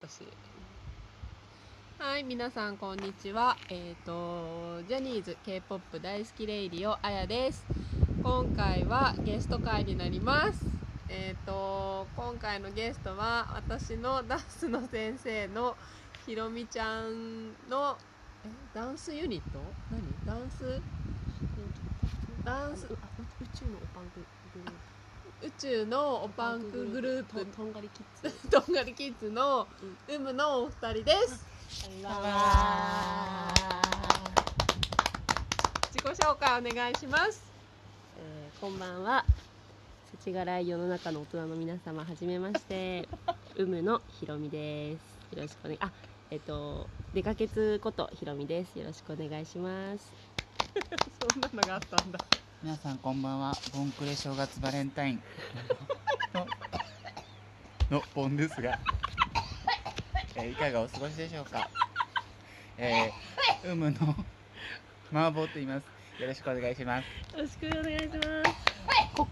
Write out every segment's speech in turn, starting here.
私。はい、皆さんこんにちは。ジャニーズ K-POP 大好きレイディオあやです。今回はゲスト会になります。今回のゲストは私のダンスの先生のひろみちゃんのダンスユニット？ダンス宇宙のオパンクグループ宇宙のオパンクグループとんがりキッズとんがりキッズの有無のお二人です。自己紹介お願いします。 こんばんは。世知辛い世の中の大人の皆様、はじめまして有無のひろみです。よろしくお願い。出かけつことひろみです。よろしくお願いします。 そんなのがあったんだ。 皆さんこんばんは。ボンクレ正月バレンタインのボンですが、いかがお過ごしでしょうか。有無の麻婆と言います。よろしくお願いします。 よろしくお願いします。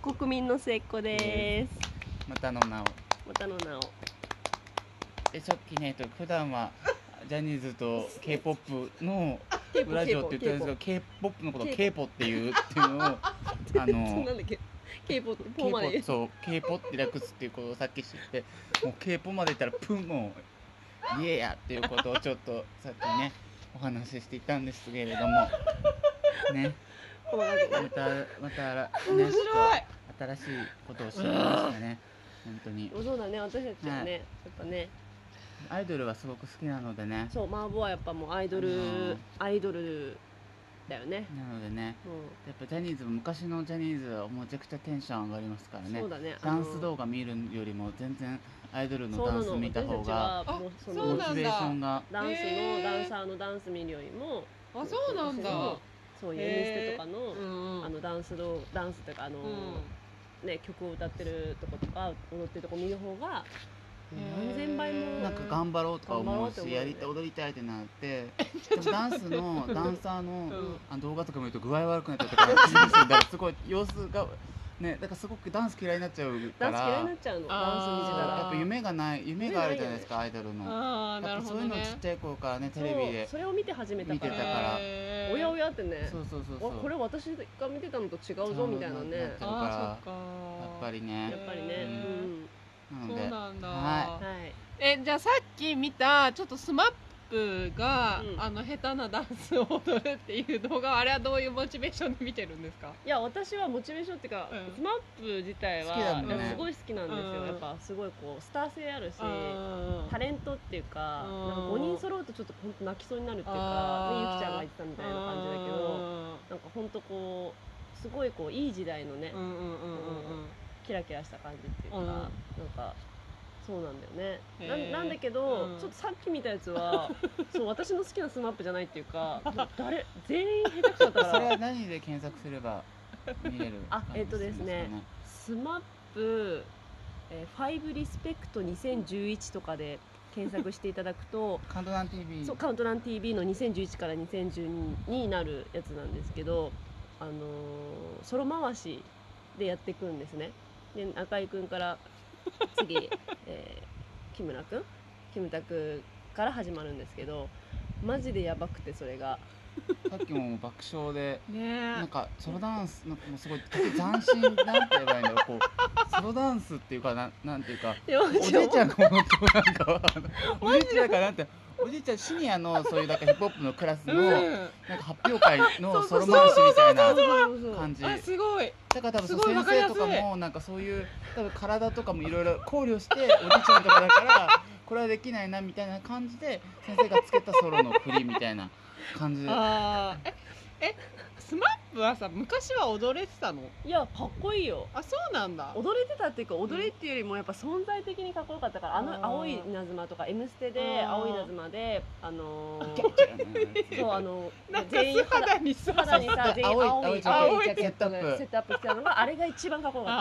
国民の末っ子です。 またの名を。 またの名を。 さっきね、普段はジャニーズと K-POP のラジオって言ってるんですけど、K-POP のことを K-POP っていうのをなんだっけ、K-POP ポまで。 そう K-POP って略すっていうことをさっき知って、もう K-POP まで言ったらプンもイエーやっていうことをちょっとさっきねお話ししていたんですけれどもね、またね、 面白い。 新しいことを知りましたね。本当に。 そうだね、私たちはね、やっぱね、 アイドルはすごく好きなのでね。 そう、麻婆はやっぱもうアイドルだよね。 なのでね、やっぱジャニーズも昔のジャニーズはめちゃくちゃテンション上がりますからね。 そうだね。 ダンス動画見るよりも全然アイドルのダンス見た方がモチベーションが。 ダンサーのダンス見るよりも、 そうなんだ。 そういう N ステとかのダンスというかね、曲を歌ってるとことか踊ってるとこ見る方が何千倍もなんか頑張ろうとか思うし、踊りたいってなって、でもダンスのダンサーの動画とか見ると具合悪くなっちゃうとか、だからすごい様子がね、だからすごくダンス嫌いになっちゃうから。 ダンス嫌いになっちゃうの。ダンス見てたらやっぱ夢があるじゃないですか、アイドルの。 なるほどね。 そういうのちっちゃい頃からね、テレビでそれを見て始めたから、おやおやってね、これ私が見てたのと違うぞみたいなね。 やっぱりね。 そうなんだ。 はい。 じゃあさっき見たちょっとスマップが下手なダンスを踊るっていう動画、あれはどういうモチベーションで見てるんですか？ いや、私はモチベーションっていうか、スマップ自体はすごい好きなんですよ。やっぱすごいこうスター性あるし、タレントっていうか、5人揃うとちょっと本当泣きそうになるっていうか、ゆきちゃんが言ってたみたいな感じだけど、なんか本当こうすごいこういい時代のね、キラキラした感じっていうか、なんかそうなんだよね。なんだけど、ちょっとさっき見たやつはそう私の好きなスマップじゃないっていうか、全員下手くそだったから。 それは何で検索すれば見れる？ ですね、スマップ5リスペクト2011とかで検索していただくとカウントダウン TV、 そうカウントダウン TV の2011から2012になるやつなんですけど、ソロ回しでやっていくんですね。で、赤井くんから次、キムタクから始まるんですけど、マジでやばくて、それがさっきも爆笑で、なんかソロダンスなんかもうすごい斬新なんて言えばいいんだろう、こうソロダンスっていうかなんていうか、おじいちゃんが本当なんかおじいちゃんかなって、おじいちゃんシニアのそういうなんかヒップホップのクラスのなんか発表会のソロ回しみたいな感じ。 すごい。 だから多分先生とかもなんかそういう多分体とかもいろいろ考慮しておじいちゃんとかだからこれはできないなみたいな感じで先生がつけたソロの振りみたいな感じで。 スマップはさ、昔は踊れてたの？ いや、かっこいいよ。 そうなんだ。 踊れてたっていうか、踊れっていうよりもやっぱ存在的にかっこよかったから、青い稲妻とか M ステで青い稲妻でそう全員肌にさ全員青いジャケットでセットアップしてたのが、あれが一番かっこよかった。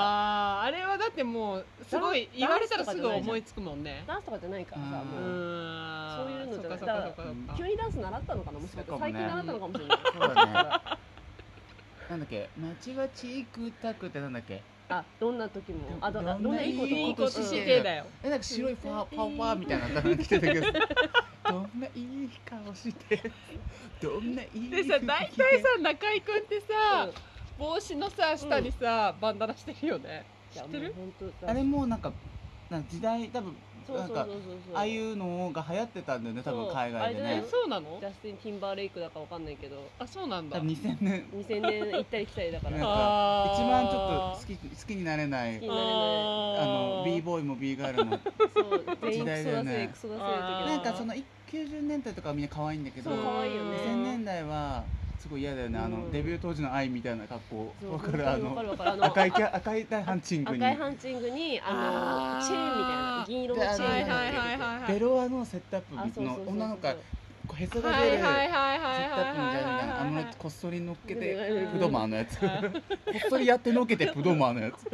あれはだってもうすごい言われたらすぐ思いつくもんね。 ダンスとかじゃないからさ、もうそういうのじゃない。 だから急にダンス習ったのかな、もしかして最近習ったのかもしれない。 なんだっけ、街はチークタクってなんだっけ、 どんな時もどんないいことしてだよ。 なんか白いファーみたいなの着てたけどどんないい顔してどんないいでさ、大体さ、中居君ってさ、帽子のさ下にさバンダナしてるよね。知ってる？ あれもなんか時代多分なんかああいうのが流行ってたんだよね、多分海外でね。 そうなの？ ジャスティン・ティンバーレイクだかわかんないけど。 あ、そうなんだ。 多分2000年行ったり来たりだから。 なんか一番ちょっと好きになれない B ボーイも B ガールも時代だよね。なんかその90年代とかはみんな可愛いんだけど、2000年代はすごい嫌だよね。デビュー当時の愛みたいな格好。わかる？赤いハンチングにチェーンみたいな銀色のチェーンベロアのセットアップの女の子がへそが出るセットアップみたいなこっそり乗っけてプドマーのやつこっそりやって乗っけてプドマーのやつ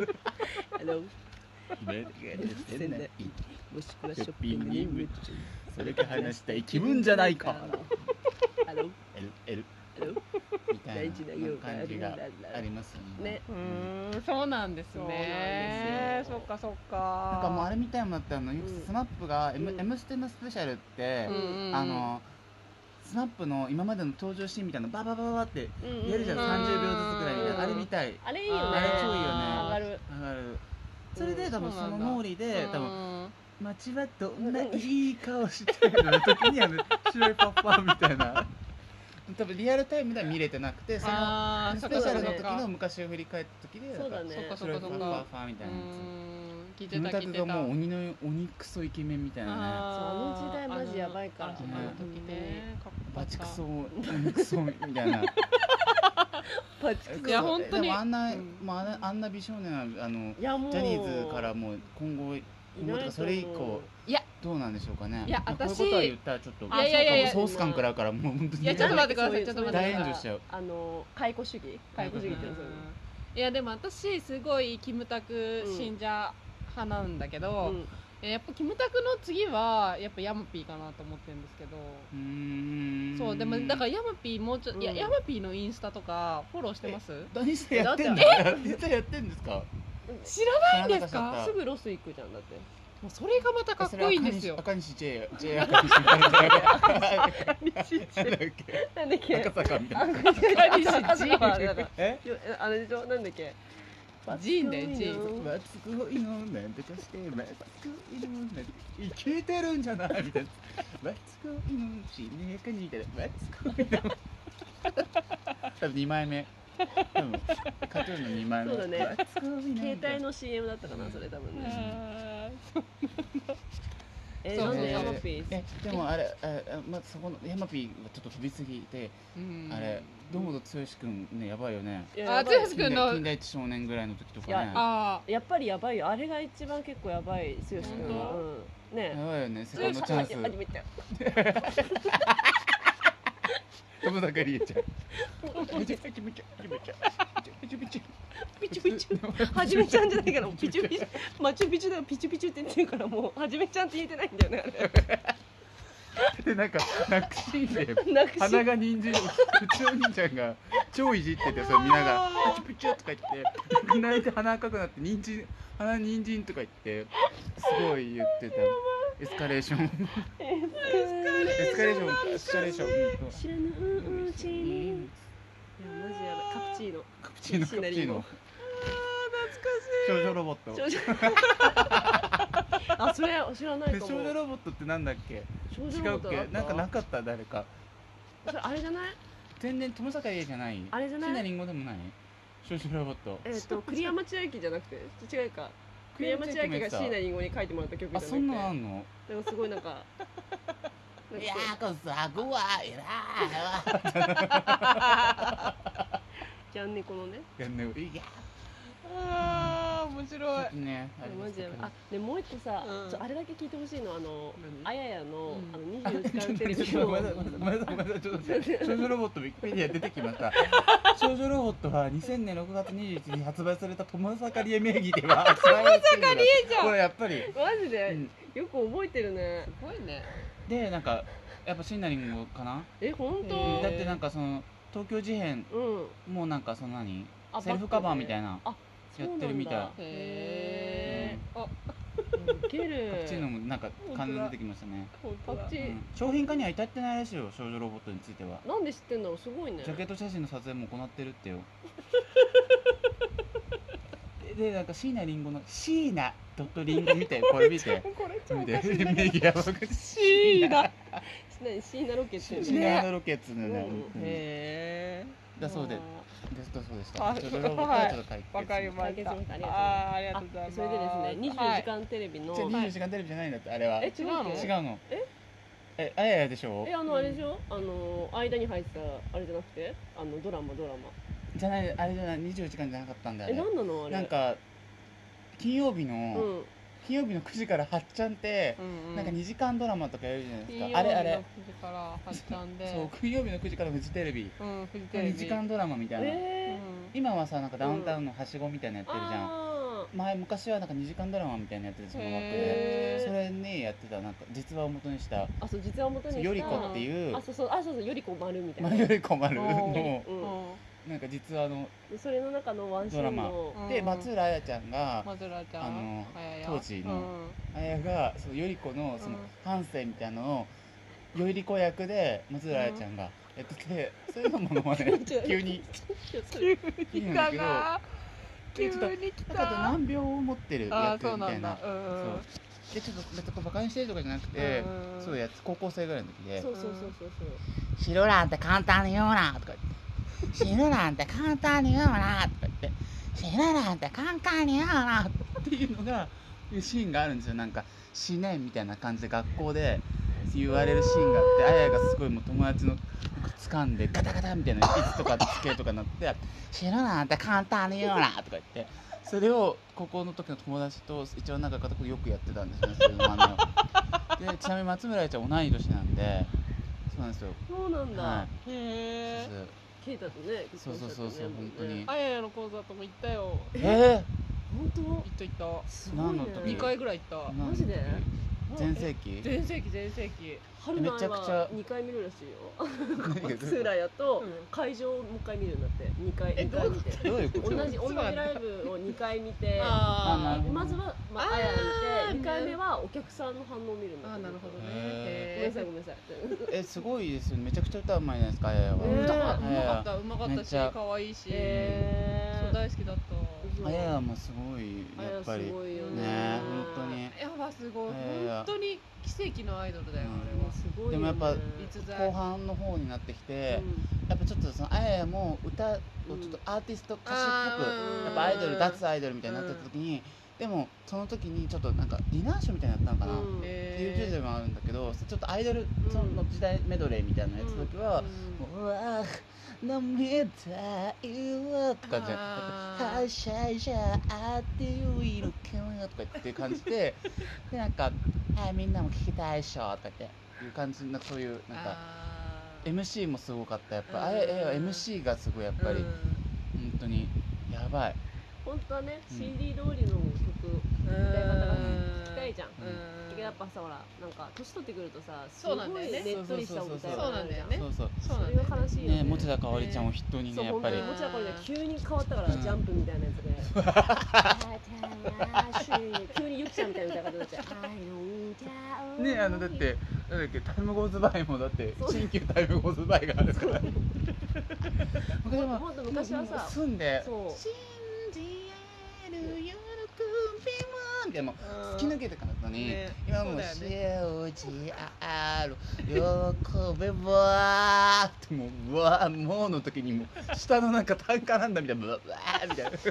もしくはショッピングに夢中それか話したい気分じゃないかみたいな感じがありますね。 そうなんですね。そっかそっか。 なんかもうあれみたいになったよくスマップが M ステのスペシャルってスマップの今までの登場シーンみたいなババババってやるじゃん、30秒ずつくらいみたいな、あれみたい。 あれいいよね。 あれ超いいよね。 上がる。 それで多分その脳裏で多分街はどんないい顔してるの時に白いパッパーみたいな。多分リアルタイムでは見れてなくて、そのスペシャルの時の昔を振り返った時でそうだね、 白いパッパーみたいなやつ。キムタクがもう鬼クソイケメンみたいなね。 あの時代マジやばいから。 バチクソ鬼クソみたいな。 いや本当に。 でもあんな美少年はジャニーズからもう今後それ以降どうなんでしょうかね。 いや私こういうことは言ったらちょっとソース感食らうからもう本当に。 いやちょっと待ってください。ちょっと待ってください。 大炎上しちゃう。 解雇主義ってやつ。 いやでも私すごいキムタク信者派なんだけど、やっぱキムタクの次はやっぱヤマピーかなと思ってるんですけど。そうでもだからヤマピーもうちょっとヤマピーのインスタとかフォローしてます？ 何してやってんの？実はやってんですか？ 知らないんですか？ すぐロス行くじゃんだって。 もうそれがまたかっこいいんですよ。 赤西 J なんだっけ赤坂みたいな。 赤西 J あれでしょなんだっけジーンだよジーン。 マツコイのなんとかしてマツコイのなんて聞いてるんじゃないみたいな。マツコイのしねかにみたいなマツコイの多分2枚目。多分カトゥーンの2枚目。 そうだね。携帯の CM だったかなそれ多分ね。なんでヤマピー？ でもあれそこのヤマピーはちょっと飛びすぎてあれ堂本剛君ねやばいよね。 剛君の金田一少年ぐらいの時とかね。 やっぱりやばいよ。あれが一番結構やばい剛君は。ね。 やばいよね。セカンドチャンス。 始めちゃう。 友坂理恵ちゃん。 ピチュピチュはじめちゃんじゃないからピチュピチュマチュピチュだよピチュピチュって言ってるからもうはじめちゃんって言えてないんだよねあれ。 でなんか泣くシーンで鼻が人参うちの兄ちゃんが超いじっててそれ見ながらピチュピチュとか言って泣いて鼻赤くなって鼻人参とか言ってすごい言ってた。エスカレーション知らぬうちに。いやマジやばい。カプチーノ懐かしい。少女ロボット。 あそれ知らないかも。 少女ロボットってなんだっけ？違うっけ？なんかなかった誰か。 それあれじゃない？ 全然友坂理恵じゃない？ あれじゃない？ 椎名林檎でもない？少女ロボット。 栗山千明じゃなくて違うか。栗山千明が椎名林檎に書いてもらった曲じゃなくて。 あそんなあんの？ でもすごいなんか。 いやーこそあごはえらー。ジャンネコのね。 いや。 面白い。 ね。 マジで。でもう一個さ、あれだけ聞いてほしいのあややの24時間テレビの。 ごめんなさいちょっと少女ロボットウィキペディア出てきました。少女ロボットは2000年6月21日に発売された友坂理恵名義では。 友坂理恵じゃん。 これやっぱり。 マジでよく覚えてるね。 すごいね。 でなんかやっぱ椎名林檎かな。 本当？ だってなんかその東京事変もうなんかその何セルフカバーみたいな。 やってるみたい。 へえ。あ、いける。 パクチーノもなんか関連出てきましたね。 パクチー。 商品化には至ってないらしいよ、少女ロボットについては。 なんで知ってんだろう、すごいね。 ジャケット写真の撮影も行ってるってよ。でなんか椎名林檎の椎名ドットリンゴ見てこれ見て。 これ超お見かしいんだけど。 て名義やばくてシーナ。シーナロケット。 シーナロケッツのね。 へえ。 だそうで。だそうでした。 はい少女ロボットはちょっと解決。 わかりました。 ありがとうございます。 ありがとうございます。 それでですね、24時間テレビの。 24時間テレビじゃないんだってあれは。 違うの？ 違うの。あややでしょ。 あれでしょ、間に入ってたあれじゃなくて、ドラマじゃないあれじゃない24時間じゃなかったんだよね。 なんなのあれ。 なんか金曜日の9時からはっちゃんってなんか2時間ドラマとかやるじゃないですか。あれ 9時からはっちゃんで。 そう金曜日の9時からフジテレビ。 フジテレビ。 2時間ドラマみたいな。今はさなんかダウンタウンのはしごみたいなやってるじゃん。昔はなんか2時間ドラマみたいなやっててその枠でそれねやってたなんか実話を元にした。 そう実話を元にした。 よりこっていう。 そうよりこ丸みたいな。 よりこ丸のなんか実話のそれの中のワンシーンので松浦綾ちゃんが当時の綾がそのよりこのその半生みたいなのをよりこ役で松浦綾ちゃんがやっててそういうのものまね急に来たな。急に来た。 難病を持ってる役みたいな。 そうでちょっと別にバカにしてるとかじゃなくてそういうやつ高校生ぐらいの時でそう死ぬなんて簡単に言うなとか言って死ぬなんて簡単に言うなとか言って死ぬなんて簡単に言うなっていうのがシーンがあるんですよ。なんか死ねみたいな感じで学校で言われるシーンがあってあやがすごいもう友達の掴んでガタガタみたいな椅子とか机とかなって死ぬなんて簡単に言うなとか言ってそれを高校の時の友達と一番仲良かった子よくやってたんですよね。そういうのでちなみに松村愛ちゃん同い年なんでそうなんですよ。 そうなんだ。 へえ。 ケイタとね。 そう本当に。 あややのコンサートも行ったよ。 本当？ 行った。 何の時？ 2回ぐらい行った。 マジで？ 全盛期？ 全盛期。 春の愛は2回見るらしいよ。松浦屋と会場をもう一回見るんだって。2回見て。 どういうこと？ 同じライブを2回見て、まずはあや見て、2回目はお客さんの反応を見るんだって。 なるほどね。 ごめんなさい。 すごいですよね。めちゃくちゃ歌うまいじゃないですかあややは。 うまかったし可愛いし。そう大好きだった。 あややもすごいやっぱりね本当に。 やばすごい本当に奇跡のアイドルだよあれは。 すごい。 でもやっぱ後半の方になってきてやっぱちょっとそのあややも歌をちょっとアーティスト歌手っぽくやっぱアイドル脱アイドルみたいになってた時にでもその時にちょっとなんかディナーショーみたいになったのかなっていう記事でもあるんだけどちょっとアイドルその時代メドレーみたいなやつの時はうわ飲みたいわとかじゃはしゃいじゃあっていう色気がとかっていう感じででなんかはいみんなも聞きたいっしょとかっていう感じのそういうなんかMC もすごかったやっぱMC がすごいやっぱり本当にやばい本当はね CD 通りの曲歌い方が聞きたいじゃんやっぱさほらなんか年取ってくるとさすごいねっとりした歌い方なんだよねそれが悲しいよね持田香織ちゃんを筆頭にねやっぱり持田香織が急に変わったからジャンプみたいなやつで急にゆきちゃんみたいな歌い方になっちゃうねだってなんだっけタイムゴーズバイもだって新旧タイムゴーズバイがあるからもっと昔はさ住んで信じ合える喜びもみたいな突き抜けてかったのに今もう信じ合える喜びもってもうわーもうの時にもう下のなんか単価なんだみたいなわーみたいなで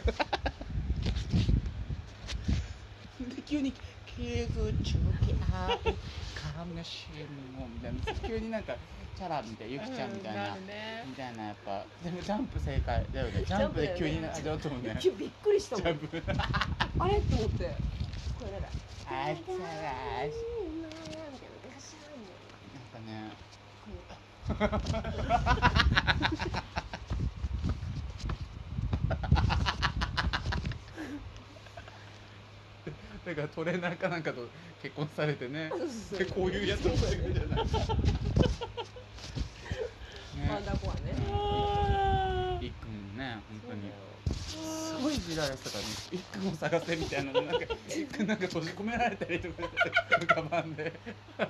急に傷つき合うかもしれんもみたいな急になんかチャラみたいなゆきちゃんみたいなみたいなやっぱでもジャンプ正解だよねジャンプで急に味わうと思うねびっくりしたもんジャンプあれって思ってこれなんかあいつらなんかねだからトレーナーかなんかと結婚されてねでこういうやつをしてくるじゃないマンダコはねいっくんね本当にすごいシーダーレスとかに一句も探せみたいなのなんか一句なんか閉じ込められたりとか浮かばんで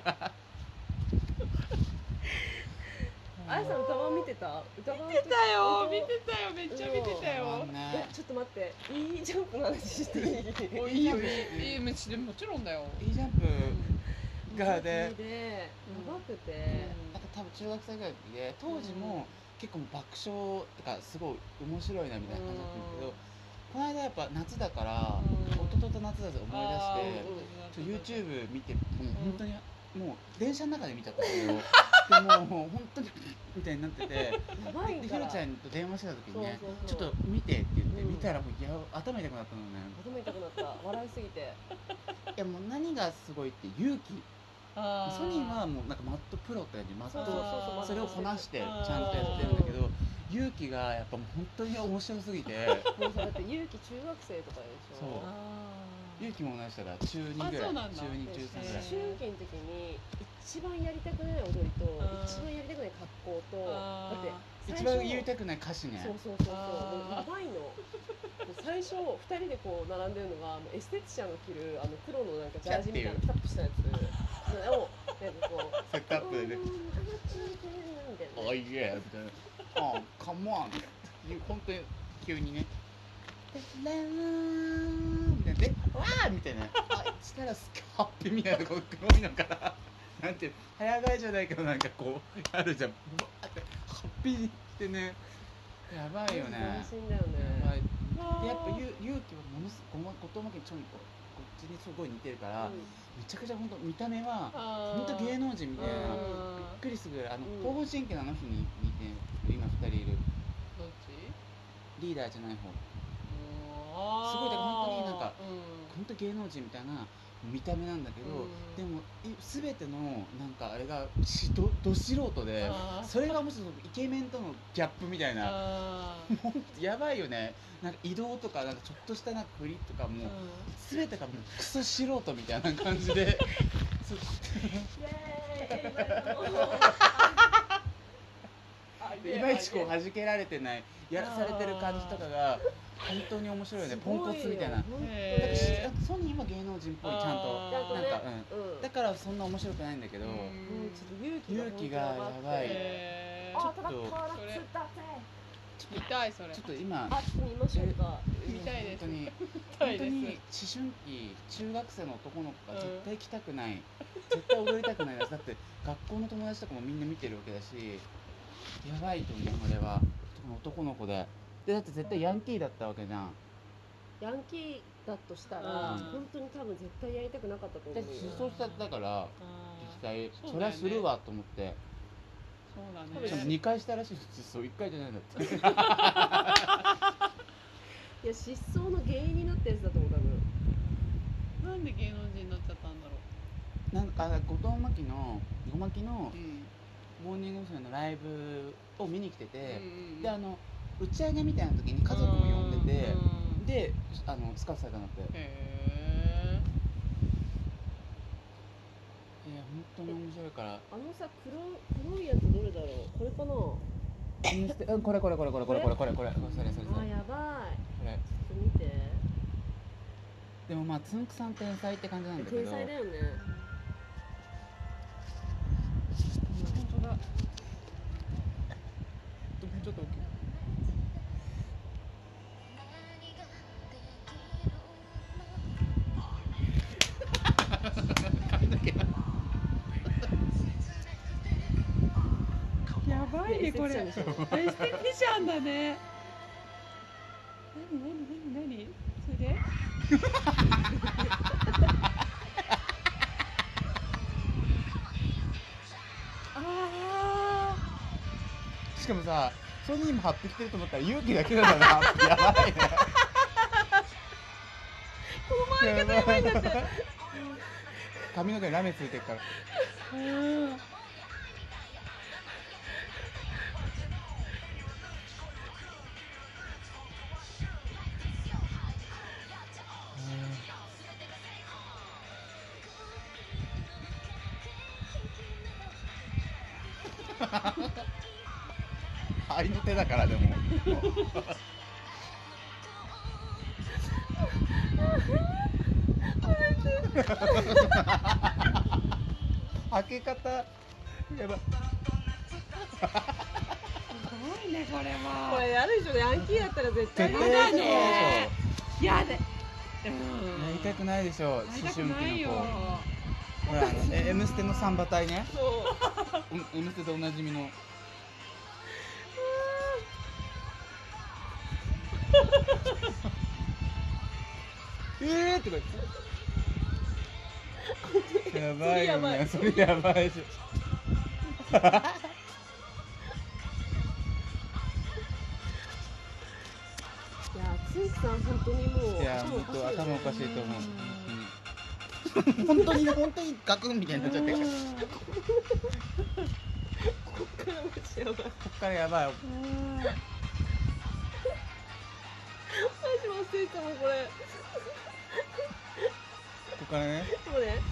あやさん歌番見てた？歌番見てたよめっちゃ見てたよ。 いやちょっと待って、いいジャンプの話していい？ おいいよいいもちろんだよ。 いいジャンプがでやばくて、 なんか多分中学生ぐらいで当時も結構爆笑とかすごい面白いなみたいな感じだったんだけど、この間やっぱ夏だから弟と夏だと思い出して YouTube 見てもう本当にもう電車の中で見ちゃったんだけどでもう本当にみたいになっててでひろちゃんと電話してた時にねちょっと見てって言って見たらもう頭痛くなったのね。 頭痛くなった笑いすぎて。 いやもう何がすごいって勇気。ソニーはもうなんかマットプロって感じ、マットそれをこなしてちゃんとやってるんだけど、勇気がやっぱもう本当に面白すぎてもうさだって勇気中学生とかでしょ。そう勇気も同じだから中2ぐらい、中2中3ぐらい。 思春期の時に一番やりたくない踊りと一番やりたくない格好とだって一番言いたくない歌詞ね。 そうもうやばいの。最初2人でこう並んでるのがエステティシャンが着る黒のなんかジャージみたいなピタッとしたやつをなんかこうセットアップでね「おいえ」みたいな「あカモン」って本当に急にね「でラーみたいなで「わー」みたいな「したらスカッピみたいなこの黒いのからなんて早替えじゃないけどなんかこうあるじゃんバーってハッピーってねやばいよね。 斬新だよね。 やばい。でやっぱ勇気はものすごい後藤真希ちょんこっちにすごい似てるから、めちゃくちゃ本当見た目は本当芸能人みたいなびっくりするぐらい東方神起のあの日に似て今2人いるどっちリーダーじゃない方すごいだから本当になんか本当芸能人みたいな見た目なんだけど、でも全てのなんかあれがど素人でそれがもしイケメンとのギャップみたいなもうやばいよね。なんか移動とかなんかちょっとしたなんか振りとかも全てがもうクソ素人みたいな感じでいまいちこう弾けられてないやらされてる感じとかが本当に面白いよね。ポンコツみたいな。ソニーは芸能人っぽいちゃんとなんかだからそんな面白くないんだけど勇気がやばい。ちょっと見たいそれ。 ちょっと今ちょっと見ましょうか。 見たいです。 本当に思春期中学生の男の子が絶対来たくない絶対踊りたくないだって学校の友達とかもみんな見てるわけだしやばいと思う。俺は男の子でだって絶対ヤンキーだったわけじゃん。 ヤンキーだとしたら本当に多分絶対やりたくなかったと思うよ。 失踪しちゃったから実際それはするわと思って。 そうだね。 2回したらしい失踪1回じゃないんだっていや失踪の原因になったやつだと思う多分。 なんで芸能人になっちゃったんだろう。なんか後藤真希のモーニング娘。のライブを見に来てて、で打ち上げみたいな時に家族も呼んでて、でスカウトされたんだって。いや本当に面白いから。 さ黒いやつどれだろう。これかな。 これそれ。あやばい。これ。 ちょっと見て。 でもまあつんくさん天才って感じなんだけど。 天才だよね。 本当だ。 ちょっと大きい。 やばいねこれ。エステティシャンだね。何それ？ しかもさ、ソニーも貼ってきてると思ったら勇気だけなんだな。やばいね。 この回り方やばいんだって。 髪の毛にラメついてるから。愛の手だからでも開け方やば。 すごいねこれも。 これやるでしょ。ヤンキーだったら絶対絶対やりたくないでしょ。 やで。 やりたくないでしょ。思やりたく春ないよ。 期の子。ほらMステのサンバ隊ね。 そう。 Mステでおなじみの。とか言って。やばいよね。それやばいでしょ。 いやつんくさん本当にもう。 いや本当頭おかしいと思う。本当にね本当にガクンみたいになっちゃってる。こっからマジやばい。 っからやばい。 マジ忘れたもんこれ。 ここからね。 そうね。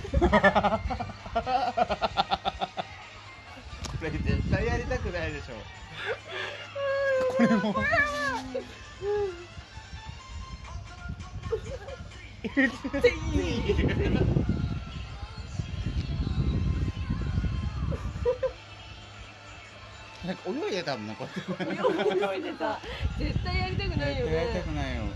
これ絶対やりたくないでしょ。これも。なんか泳いでたもんなこうやって。 泳いでた。絶対やりたくないよね。 やりたくないよ。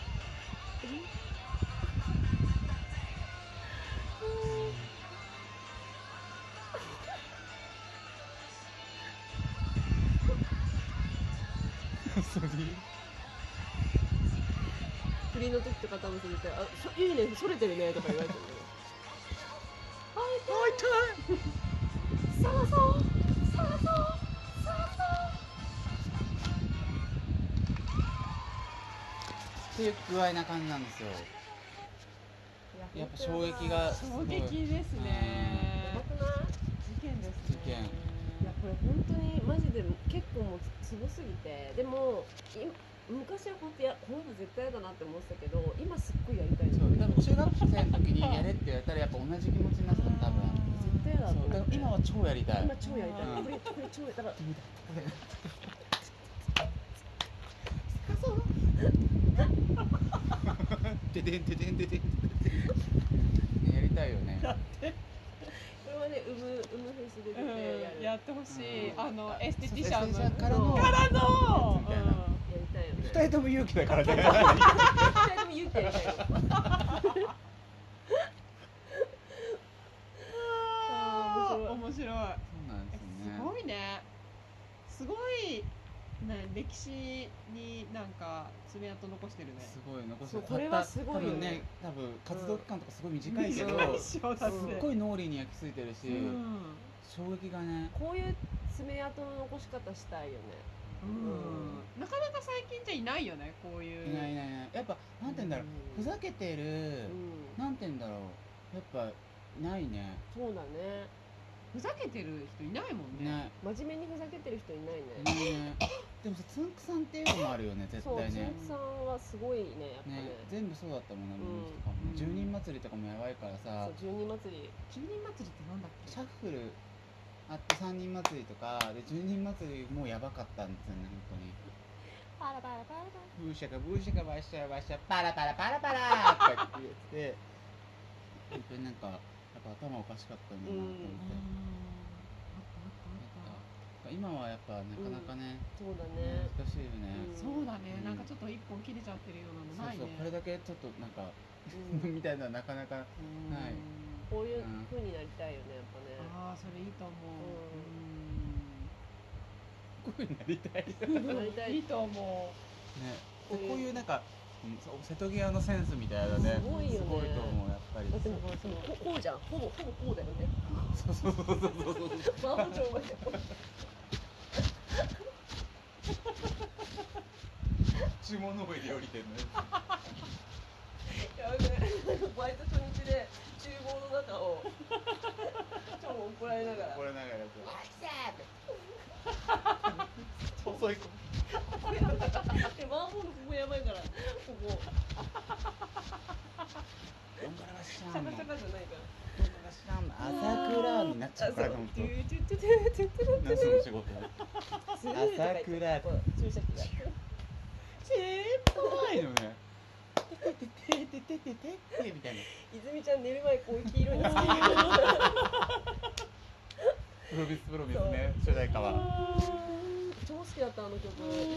振りの時とか多分それで、いいね、それてるねとか言われてる。そうそう。 っていう具合な感じなんですよ。やっぱ衝撃が衝撃ですね。 やばくない？ 事件ですね。 事件。 いやこれ本当にマジで結構もうすごすぎて、でも昔は本当この子絶対やだなって思ってたけど、今すっごいやりたいの。 そう、でも中学生の時にやれって言われたらやっぱ同じ気持ちになってたの多分。 絶対やだと思って。 そうだから今は超やりたい。 今超やりたい。これ超やりたい。だからててんててんててん。やりたいよね。 これはね、フェスで出てやってほしい。エステティシャンからのみたいな。 やりたいよね。 二人とも勇気だからね。 二人とも言うてやりたいよ。 面白い。 そうなんですよね。 すごいね。すごいね、歴史になんか爪痕残してるね。 すごい残そう、これはすごいよね。 多分活動期間とかすごい短いけど、すっごい脳裏に焼き付いてるし、衝撃がね。 こういう爪痕の残し方したいよね。 なかなか最近じゃいないよね、こういう。 いない。やっぱなんて言うんだろう、ふざけてる、なんて言うんだろう、やっぱないね。 そうだね。 ふざけてる人いないもんね。 真面目にふざけてる人いないね。 でもさ、つんくさんっていうのもあるよね、絶対ね。 そう、つんくさんはすごいね、やっぱね。 全部そうだったもんね、十人祭りとかもやばいからさ。 十人祭り。 十人祭りってなんだっけ？ シャッフルあって3人祭りとかで10人祭りもやばかったんですよね、本当に。 パラパラパラパラブーシャカブーシャカバッシャバッシャパラパラパラパラとか言って本当になんかやっぱ頭おかしかったんだなと思って。今はやっぱなかなかね、 そうだね、 難しいよね。 そうだね、なんかちょっと一本切れちゃってるようなのないね。 そうそう、これだけちょっとなんかみたいななかなかない。 こういう風になりたいよね、やっぱね。 ああ、それいいと思う。 こういう風になりたい。 なりたい。 いいと思う。ね、こういうなんか瀬戸際のセンスみたいなね。 すごいよね。 すごいと思う、やっぱり。 だってもうこうじゃん、ほぼこうだよね。 そう。 魔法長まで。 注文の上で降りてんのよ。 やべえ、バイト初日で厨房の中を超怒られながら。 遅い子。 マンホールここやばいから、ここ。 どんがらがしちゃシャんの。 カシャカじゃないから。 どんがらしちゃんの。朝倉になっちゃうから本当。 ナナスの仕事。 朝倉。注射器が。 ないのね。 みたいな。 泉ちゃん寝る前こういう黄色につける。 プロミスね、主題歌は。 超好きだったあの曲。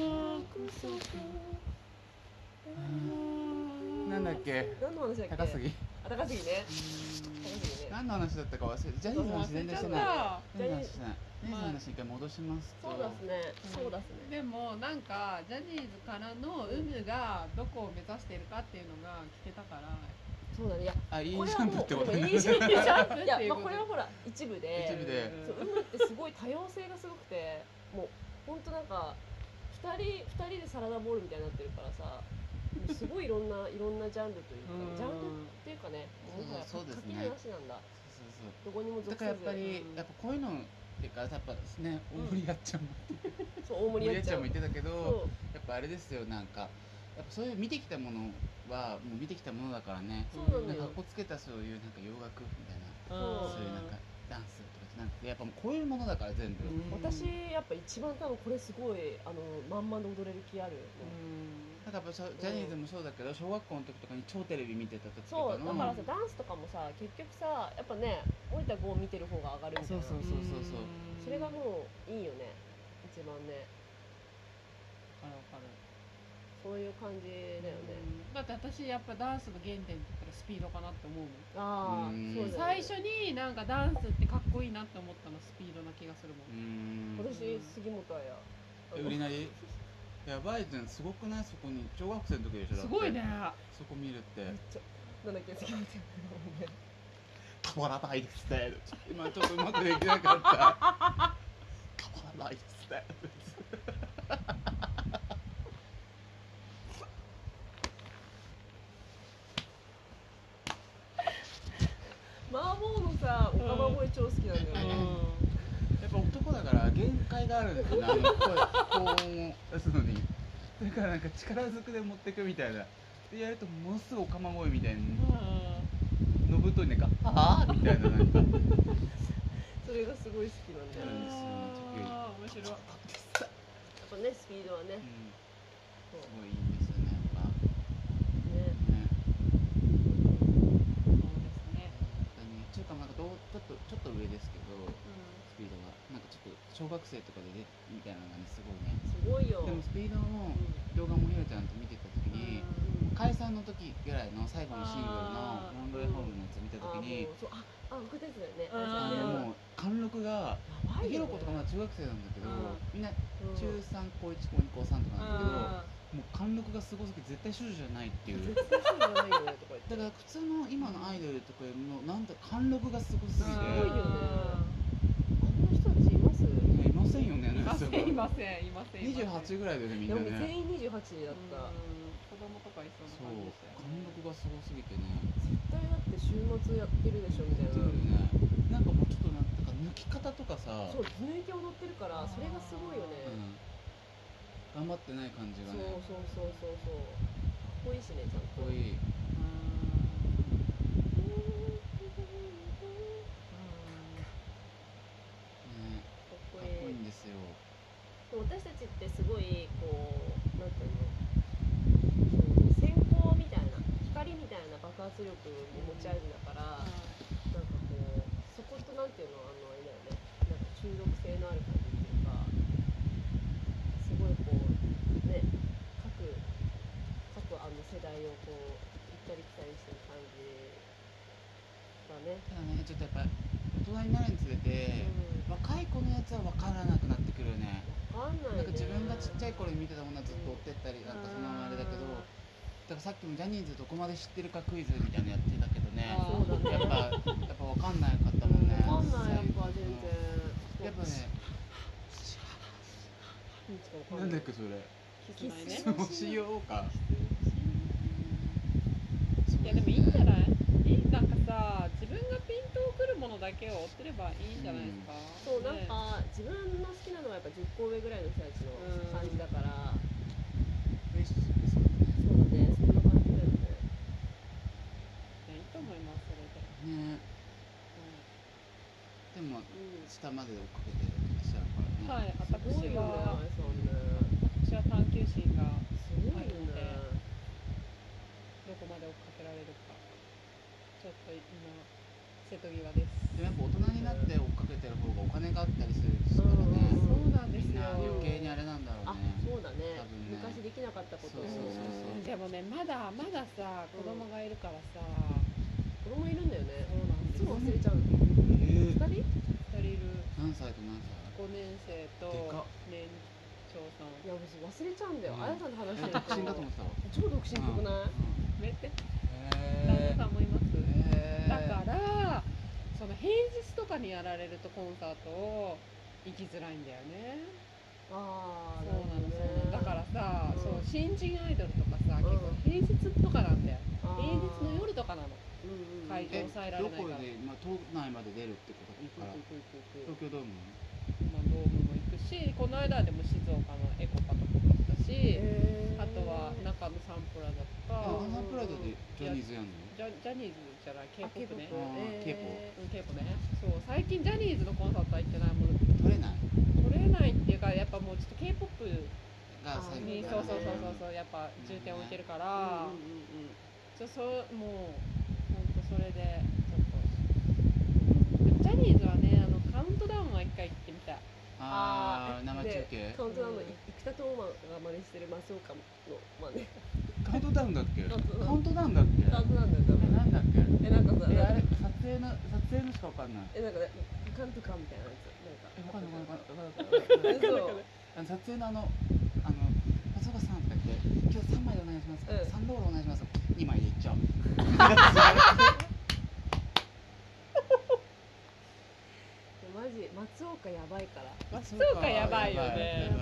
なんだっけ。 何の話だっけ。 高杉。 高杉ね。 何の話だったか忘れて。ジャニーズの話全然してない。ジャニーズの話一回戻しますと。 そうですね。そうですね。 でもなんかジャニーズからの有無がどこを目指しているかっていうのが聞けたから。 そうだね。いや、 あ、いいジャンプってことね。 いいジャンプ。いや、まあこれはほら一部で。そう、有無ってすごい多様性がすごくて、もう本当なんか二人でサラダボールみたいになってるからさ。すごいいろんなジャンルというか、ジャンルっていうかね、もはや書きなしなんだ。どこにも属せず。 だからやっぱりこういうのっていうかやっぱね、大森やっちゃんもそう大森やっちゃんも言ってたけど、やっぱあれですよ、なんかやっぱそういう見てきたものはもう見てきたものだからね。 そうなんだよ。 かっこつけたそういうなんか洋楽みたいな、そういうなんかダンスとかなんかやっぱもうこういうものだから全部。 私やっぱ一番多分これすごいまんまで踊れる気ある。 なんかやっぱジャニーズもそうだけど、小学校の時とかに超テレビ見てた時とかの。 そうだからさ、ダンスとかもさ、結局さ、やっぱね、森田剛見てる方が上がるみたいな。 そう。 それがもういいよね。一番ね。 わかる。 そういう感じだよね。 だって私やっぱダンスの原点って言ったらスピードかなって思うもん。 ああ、そうだね。最初になんかダンスってかっこいいなって思ったのスピードな気がするもん。 私杉本彩。 売りなり。やばいじゃん、すごくない？そこに小学生の時でしょ。 すごいね。 そこ見るって。 なんだっけ、杉本彩。 変わらないですね。今ちょっとうまくできなかった。変わらないですね。 麻婆のさ、岡場声超好きなんだよね。 やっぱ男だから限界があるんですよね。高音を出すのに。だからなんか力ずくで持ってくみたいな。でやるとものすごいおかま声みたいに。のぶといねか、ああみたいななんか。 それがすごい好きなんだよね。 面白い。 やっぱね、スピードはね。 すごいいいんですよね、やっぱ。ね。中華なんかちょっと上ですけど、スピードがなんかちょっと小学生とかでみたいなのがね、すごいね。 すごいよ。 でもスピードの動画もひろちゃんと見てた時に、解散の時ぐらいの最後のシングルのランドレホームのやつ見た時に、 僕たちだよね。 もう貫禄が、ひろことかまだ中学生なんだけど、みんな中3、高1、高2、高3とかなんだけど。もう貫禄がすごすぎて絶対少女じゃないっていう。 絶対少女じゃないよねとか言って。 だから普通の今のアイドルとかのなんて貫禄がすごすぎて。すごいよね。あんな人たちいます？ いませんよね。 いません。 28ぐらいでみんなね。 全員28だった。 子供とかいそうな感じでしたよね。 貫禄がすごすぎてね。 絶対だって週末やってるでしょみたいな。 なんかもうちょっとなんか抜き方とかさ。 そう、抜いて踊ってるからそれがすごいよね。 頑張ってない感じがね。 そう。かっこいいしね、ちゃんと。 かっこいい。かっこいいんですよ。 私たちってすごいこうなんていうの、閃光みたいな光みたいな爆発力も持ち味だから、なんかこうそことなんていうの、あれだよね、なんか中毒性のある感じっていうか、すごいこうね、各世代をこう行ったり来たりしてる感じだね。 ただね、ちょっとやっぱ大人になるにつれて、若い子のやつは分からなくなってくるよね。 分かんないね。 なんか自分がちっちゃい頃に見てたものはずっと追ってったり、なんかそのあれだけど、だからさっきもジャニーズどこまで知ってるかクイズみたいなのやってたけどね。 そうだね。 やっぱ分かんなかったもんね。 分かんない、やっぱ全然。 やっぱね。なんだっけそれ。 キスね。 しようか。 いやでもいいんじゃない？なんかさ、自分がピントをくるものだけを追ってればいいんじゃないですか。 そう、なんか自分の好きなのはやっぱ10個上ぐらいの人たちの感じだから。そうだね、そんな感じだよね。 いいと思います、それで。 ね。でも下まで追っかけてらっしゃるからね。 はい、私は探求心がすごいよね。 どこまで追っかけられるかちょっと今瀬戸際です。 でもやっぱ大人になって追っかけてる方がお金があったりするからね。 そうなんですよ。 みんな余計にあれなんだろうね。 そうだね。 多分ね昔できなかったことを。 でもねまださ子供がいるからさ、 子供いるんだよね。 そうなんです。 いつも忘れちゃうの。 2人いる。 何歳と何歳 5年生と年長さん。 いや私忘れちゃうんだよ。あやさんの話してる独身かと思ってたわ。 超独身っぽくない？ めって旦那さんもいます。だからその平日とかにやられるとコンサートを行きづらいんだよね。 ああ、 そうなのそうなの。だからさ、そう新人アイドルとかさ、結構平日とかなんだよ。平日の夜とかなの。会場抑えられないから。 どこで都内まで出るってことだから。東京ドームドームも行くし、この間でも静岡のエコパとかも行ったし、あとは中野サンプラザとか。 サンプラザでジャニーズやんの？ ジャニーズじゃない、K-POP ね。 K-POP ね。そう最近ジャニーズのコンサートは行ってないもん。 取れないっていうかやっぱもうちょっと K-POP が最後にそうやっぱ重点を置いてるから、もう本当それでちょっとジャニーズはねカウントダウンは一回行ってみたい。 生中継。 カウントダウンの生田斗真が真似してる松岡の真似。 カウントダウンだっけ？カウントダウンだっけ？ カウントダウンだよ。 なんだっけ？ なんかさ、 あれ撮影のしかわかんない。 なんかね、カンとかみたいなやつ。 わかんない。撮影の松岡さんとか言って今日3枚でお願いします。3ロールお願いします。2枚でいっちゃう。 マジ松岡やばいから。 松岡やばいよね。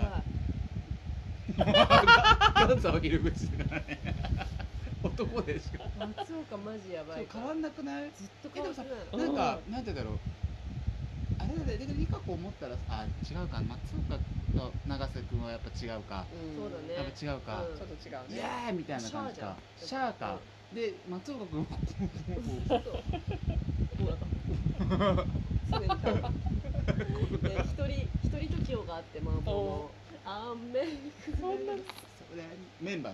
なんざ入り口だね。男でしょ。 松岡マジやばい。 変わんなくない？ ずっと変わってない。 なんかなんてだろう。あれだね。でリカ子思ったら違うか。松岡と永瀬君はやっぱ違うか。 そうだね。 やっぱ違うか。 ちょっと違うね。 イエーイみたいな感じか。シャーか。で松岡君も常に一人時をがあって麻婆のそんなメンバー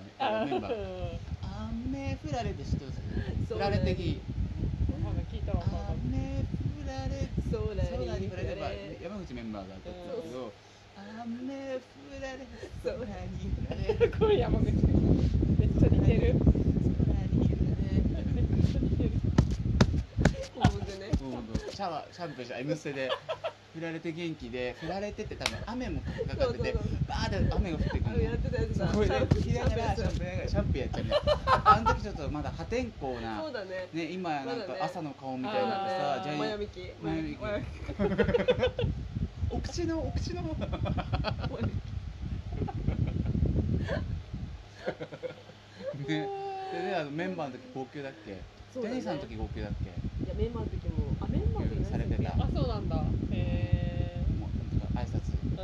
雨降られで知ってます？降られ的聞いたら雨降られ空に降られば山口メンバーが撮ったけど雨降られ空に降られこれ山口めっちゃ似てる。 シャンプーした「M ステ」で振られて元気で振られてって多分雨もかかっててバーって雨が降ってくるのやってたやつだ。 それで着ながらシャンプーやっちゃうね。あの時ちょっとまだ破天荒なそうだね。 今やなんか朝の顔みたいになってさジャニーマヤミキお口のねでメンバーの時号泣だっけ？ジャニーさんの時号泣だっけ？ いやメンバーの時もメンバーの時されてた。 そうなんだ。へえ。 もう挨拶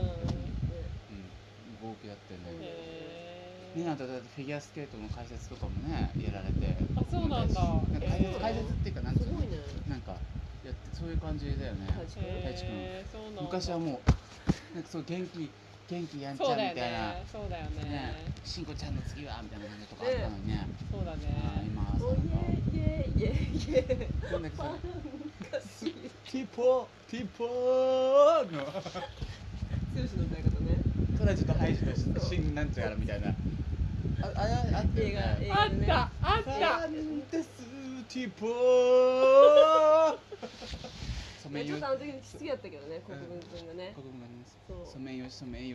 号泣だったよね。みんなとだってフィギュアスケートの解説とかもねやられて。 そうなんだ。 解説っていうかなんていうの？ すごいね。 なんかやってそういう感じだよね。太一君。昔はもうなんかそう元気やんちゃみたいな。 そうだよね。 しんこちゃんの次はみたいな感じとかあったのにね。 そうだね。 今はそうなんだ。なんだっけそれ。ティポーの。 剛の歌い方ね。 トラジとハイジとシンなんちゃらみたいな。あった映画あったですティポー。 ちょっとあの時にきつきやったけどね、国分君がね。ソメイヨシのエ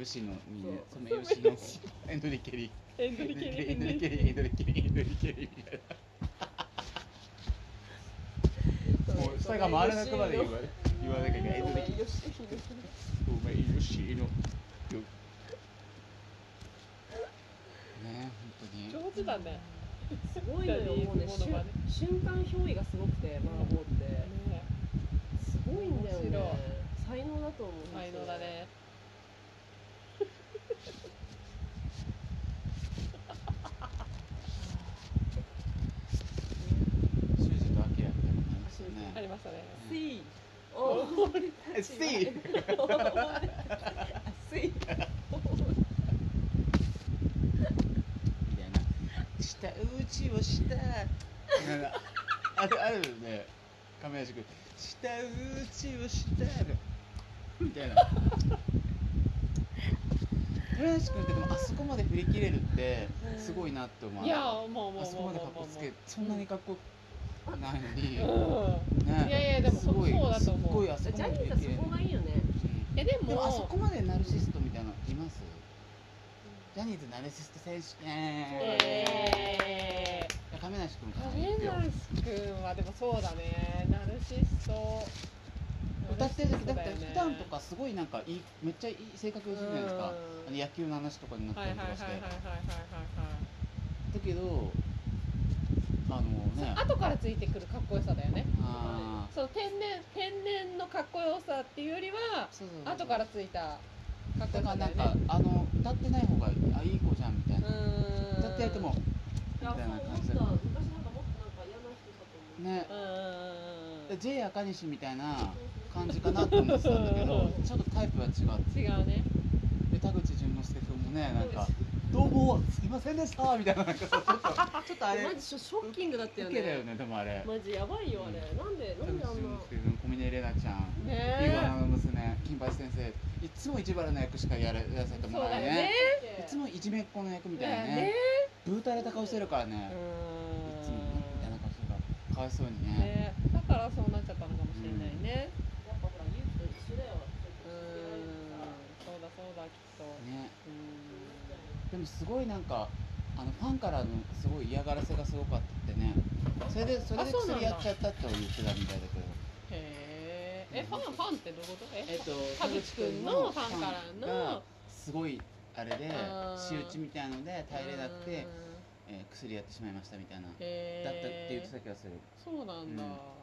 ンドリケリみたいな。もう下が回らなくまで言わなきゃいけない。ソメイヨシのね、本当に上手だね。 すごいのよ、もうね、瞬間憑依がすごくて、麻婆って。すごいんだよね。才能だと思う。 才能だね。 修二とアキラみたいなのありましたね。 See。 See。 See。 みたいな。下舌打ちをしたなんかあるよね、亀梨君舌打ちをしたみたいな亀梨君ってでもあそこまで振り切れるってすごいなって思う。 いやもうあそこまでかっこつけそんなにかっこないのに、 いやいやでもそうだと思う。 ジャニーズはそこがいいよね。 いやでもあそこまでナルシストみたいなのいます？ジャニーズナルシスト選手権。亀梨君はでもそうだね、ナルシスト歌ってる時だって普段とかすごいなんかめっちゃいい性格じゃないですか。野球の話とかになったりとかして。だけど後からついてくるかっこよさだよね。そう天然のかっこよさっていうよりは後からついたかっこよさだよね。 なんか歌ってない方がいい子じゃんみたいな。歌ってやってもみたいな感じで。昔なんかもっとなんか嫌な人だと思う。ね。J 赤西みたいな感じかなと思ってたんだけど、ちょっとタイプは違う。 違うね。 で田口淳之介君もねなんか。どうもすいませんでしたみたいななんかちょっとあれマジショッキングだったよね。 受けだよねでもあれ。 マジやばいよあれ。なんであんな。 小峰玲奈ちゃん、イグアナの娘金八先生、いつも一原の役しかやらせてもらえね。いつもいじめっ子の役みたいなね。ブータれた顔してるからね。いつもみたいな顔してるからかわいそうにね。 だからそうなっちゃったのかもしれないね。 やっぱほらユウキと一緒だよ。 そうだきっと。 ね。でもすごいなんかファンからのすごい嫌がらせがすごかったってね。それで薬やっちゃったって言ってたみたいだけど。 へえ。ファンってどういうこと？ 田口君のファンからのすごいあれで仕打ちみたいので耐えれなくて薬やってしまいましたみたいなだったって言ってた気がする。 そうなんだ。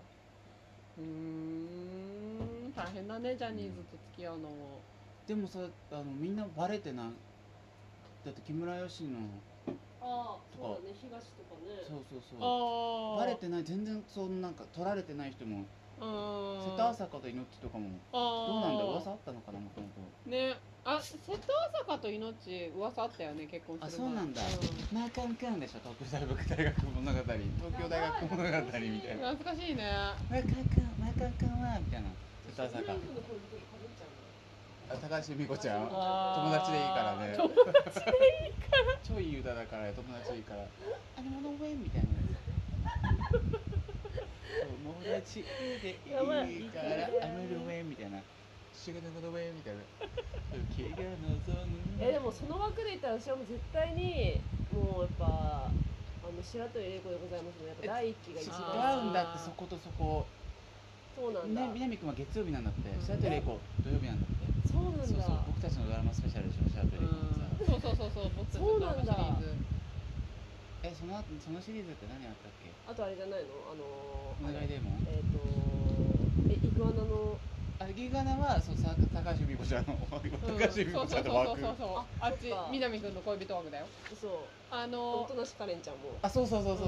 大変だねジャニーズと付き合うのも。 でもさみんなバレてない。だって木村佳乃とかそうだね、東とかね。 そうバレてない。全然そんなんか取られてない人も瀬戸朝香と命とかもどうなんだ噂あったのかなもともとね。瀬戸朝香と命噂あったよね結婚する前。 そうなんだ。マーカンカンでしょ東京大学物語東京大学物語みたいな。 懐かしいね。 マーカンカンはみたいな瀬戸朝香。高橋美子ちゃん友達でいいからね。友達でいいから超いい歌だから友達でいいからあれものウェイみたいな友達でいいからあのウェイみたいな仕事のウェイみたいな気が望む。 でもその枠で言ったら私はもう絶対にもうやっぱ白鳥玲子でございますね。やっぱ第一期が一番違うんだってそことそこ。 そうなんだ。 南くんは月曜日なんだって。白鳥玲子土曜日なんだって。 そうなんだ。 僕たちのドラマスペシャルでしょ白鳥玲子さ。 そう僕たちのドラマシリーズ。 そのシリーズって何あったっけ？ あとあれじゃないの？ お願いデーモン？ イグアナのイグアナは高橋美子ちゃんの高橋美子ちゃんの枠。 あっち南くんの恋人枠だよ。 そう。おとなしカレンちゃんも。 そう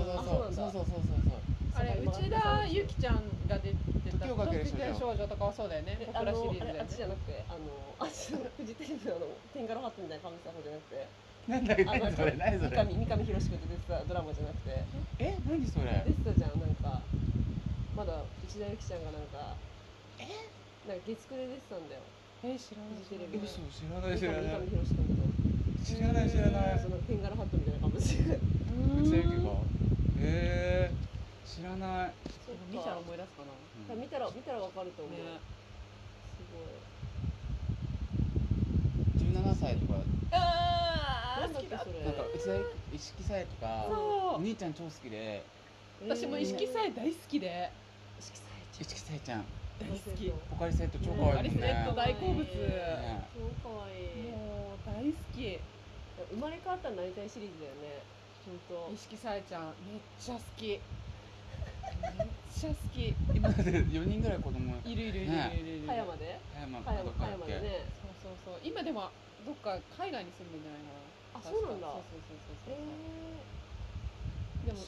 あれ内田有紀ちゃんが出てた時をかける少女とかはそうだよね。ポプラシリーズで。 あっちじゃなくてあっちのフジテレビのテンガロハットみたいな感じの方じゃなくて。 なんだっけ何それ三上博史君と出てたドラマじゃなくて。 何それ？ 出てたじゃんなんかまだ内田有紀ちゃんがなんかなんか月9で出てたんだよ。 知らない。 フジテレビで。 知らない。 三上博史君と。 知らない。 そのテンガロハットみたいな感じで。 内田有紀が。知らない。 見たら思い出すかな。 見たらわかると思う。すごい。 17歳とか。 なんだっけそれ。 なんか一色さえとかお兄ちゃん超好きで。 私も一色さえ大好きで。 一色さえちゃん。 大好き。 ポカリセット超可愛いもんね。 ポカリセット大好物。 超可愛い。 もう大好き。 生まれ変わったらなりたいシリーズだよね。本当。 一色さえちゃんめっちゃ好き。めっちゃ好き。 今だって4人ぐらい子供いる。葉山で？葉山でね。 そう。今でもどっか海外に住んでんじゃないかな。 そうなんだ。 そう。でも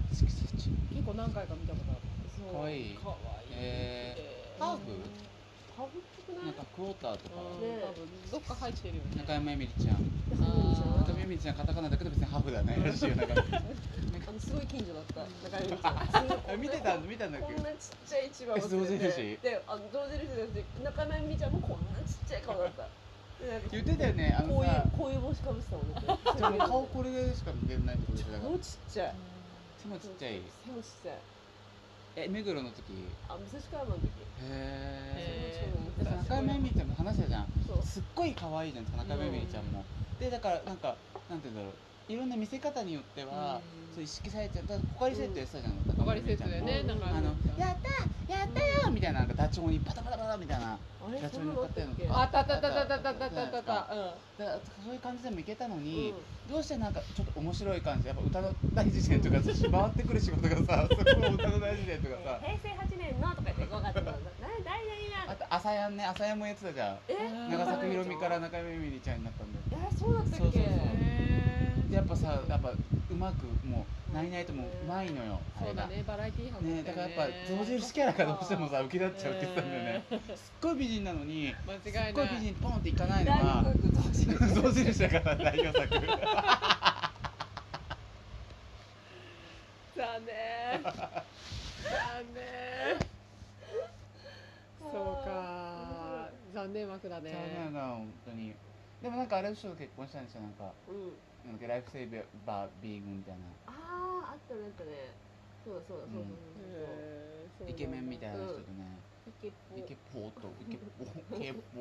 結構何回か見たことある。 かわいい。ハーフ？ ハブっぽくない？ なんかクォーターとかね、多分どっか入ってるよね。 中山エミリちゃん。中山エミリちゃんカタカナだけど別にハーフだねらしいよ。なんかすごい近所だった。中山エミリちゃん。 見てたんだっけ。 こんなちっちゃい市場象印で、象印で中山エミリちゃんもこんなちっちゃい顔だった。 言ってたよね。 こういう帽子かぶってたもんね。 顔これしか見てないってことだから。 もうちっちゃい。 背もちっちゃい。 背もちっちゃい。 目黒の時。 武蔵小山の時。 中山エミリちゃんも話したじゃん。すっごい可愛いじゃん中山エミリちゃんも。でだからなんかなんていうんだろう。いろんな見せ方によっては、そう意識されてる。ポカリセットやってたじゃん。 ポカリセットでね、なんかやったよみたいな、なんかダチョウにパタパタパタみたいな。ダチョウに乗っかったような。 あった。 そういう感じでもいけたのに、どうしてなんかちょっと面白い感じ。やっぱ歌の大事件とかさ、回ってくる仕事がさ、そこの歌の大事件とかさ。 平成8年のとか言って5月の。 あと朝やんね、朝やんもやってたじゃん。長作ひろみから中山エミリちゃんになったんだよ。 そうだったっけ。 やっぱさ、やっぱうまくもうないないともうまいのよ。 そうだね、バラエティー班ね、だからやっぱ象印キャラがどうしてもさ浮き立っちゃうって言ってたんだよね。すっごい美人なのに、すっごい美人ポンっていかないのが象印だから代表作。 残念。そうか、残念枠だね。 残念だ本当に。でもなんかあれでしょ、結婚したんでしょ、なんかライフセーバービーグみたいな。 あったね。そうイケメンみたいな人とね。イケポとイケポ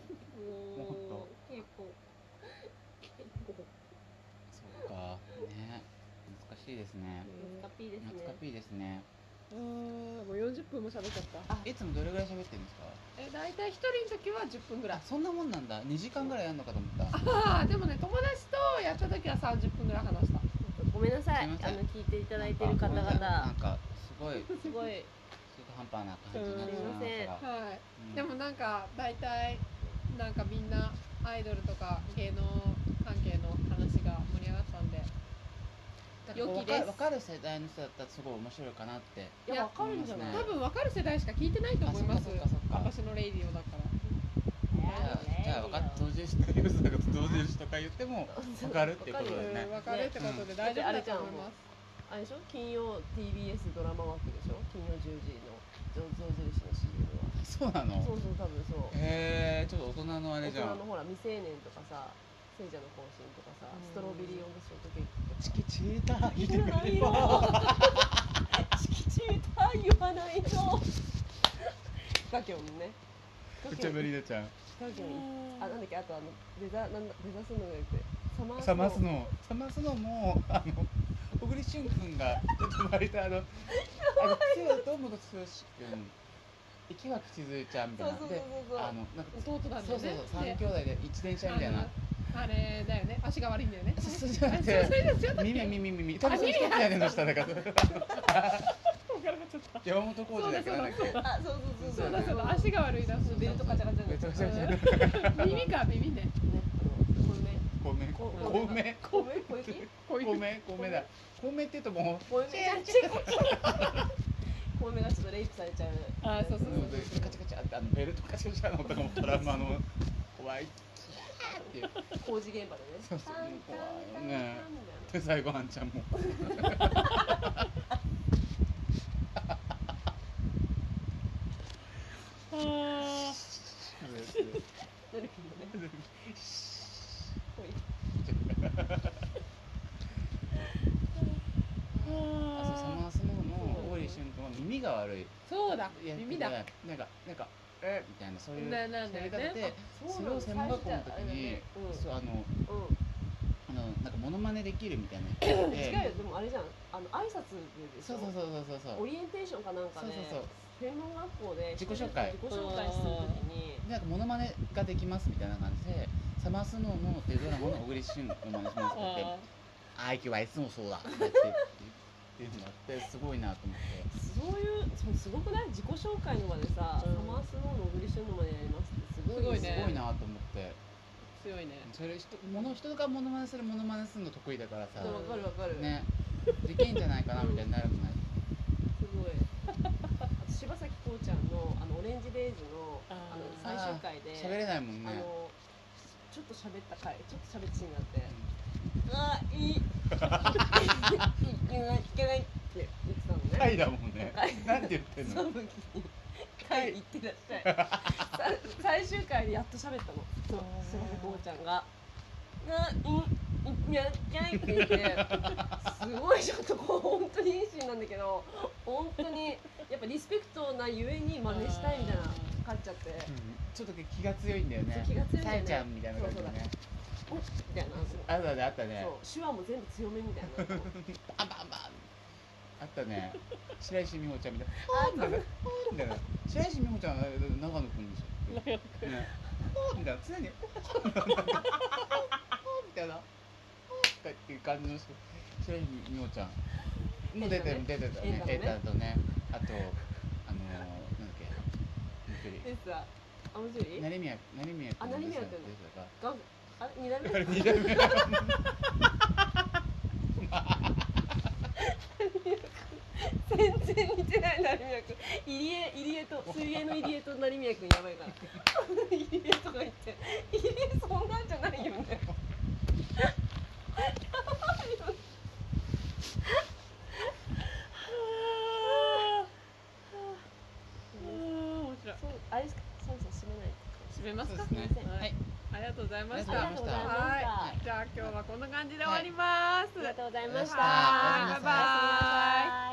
そうかね、懐かしいですね。 懐かしいですね。 もう40分も喋っちゃった。 いつもどれぐらい喋ってるんですか？ だいたい一人の時は10分ぐらい。 そんなもんなんだ。2時間ぐらいやるのかと思った。 でもね、友達とやった時は30分ぐらい話した。 ごめんなさい、聞いていただいてる方々、 なんかすごい中途半端な感じになってしまいましたが、 はい、でもなんか大体なんかみんなアイドルとか芸能関係の話が盛り上がったんで良きです。 分かる世代の人だったらすごい面白いかなって。 いや、分かるんじゃない？ 多分分かる世代しか聞いてないと思います。私のレイディオだから。 じゃあ分かる、同時という人が同時とか言っても分かるっていうことだよね。 分かるってことで大丈夫だと思います。 あれでしょ、金曜 TBS ドラマ枠でしょ、金曜10時の象印の CM は。 そうなの？ そう多分そう。 ちょっと大人のあれじゃん。 大人のほら未成年とかさ、聖者の行進とかさ、ストロベリーオンドショートケーキとか。 チキチーター言ってくれよ。 チキチーター言わないの。ガキョンね。 めっちゃ無理だちゃん。 なんだっけ、あとデザスノーが言ってサマスノーも小栗旬君がちょっと割と堂本剛君、池脇千鶴ちゃんみたいなで、なんか弟なんだよね。 そう3兄弟で一電車みたいな。あれだよね。足が悪いんだよね。 そうじゃなくて耳多分その一つ屋根の下だから。山本浩二だからね。 そう足が悪いだ。 ベルトカチャカチャ。 耳か耳ね。 米だ。米って言うともう。 米がちょっとレイプされちゃう。 そうカチャカチャってベルトカチャカチャの音がもうトラウマの怖い。 工事現場でね。 そう怖いね。で最後あんちゃんも。サマースノーの小栗旬君は耳が悪い。 そうだ、耳だ。 なんかみたいなそういうやり方で、それを専門学校の時になんかモノマネできるみたいな。 違うよ、でもあれじゃん、挨拶でしょ。 そうオリエンテーションかなんかで専門学校で自己紹介する時になんかモノマネができますみたいな感じで、サマースノーのっていうドラマの小栗旬のマネしますって言って、あいきはいつもそうだって言っていうのがあってすごいなと思って。 そういうすごくない？自己紹介の場でさ、サマースノーの小栗旬のマネやりますってすごいなと思って。 強いね。 それ人がモノマネするの得意だからさ。 わかる。 ね、できんじゃないかなみたいになるもんね。 すごい。柴咲コこうちゃんのオレンジデイズの最終回で喋れないもんね。 ちょっと喋った回、ちょっと喋ったシーンがあって、あーいいいけないって言ってたのね。 回だもんね。なんて言ってんの？ 寒きに回行ってらっしゃい。最終回でやっと喋ったの。そう、すみません、こうちゃんが。いやって言って、すごいちょっとこう本当にいいシーンなんだけど、本当にやっぱリスペクトなゆえに真似したいみたいな勝っちゃって、 ちょっと気が強いんだよね。 気が強いんだよね。 さえちゃんみたいな感じでね。 みたいな。 あったね。 そう、手話も全部強めみたいな。 バンバンバン。あったね。白石美穂ちゃんみたいな。みたいな。白石美穂ちゃんは長野くんでしょ。長野くん。みたいな常にみたいなっていう感じの人。白石美穂ちゃんも出てたね。エータとね。あとなんだっけ。 でさ、面白い？ 成宮くん。 成宮くん。あ、二代目。全然似てない成宮くん。入江と水泳の入江と成宮くんやばいから。入江とか言って、入江そんなんじゃないよね。あれですか、そろそろ締めないと。 締めますか。 はい。 ありがとうございました。 ありがとうございました。 はい。じゃあ今日はこんな感じで終わります。 ありがとうございました。 バイバイ。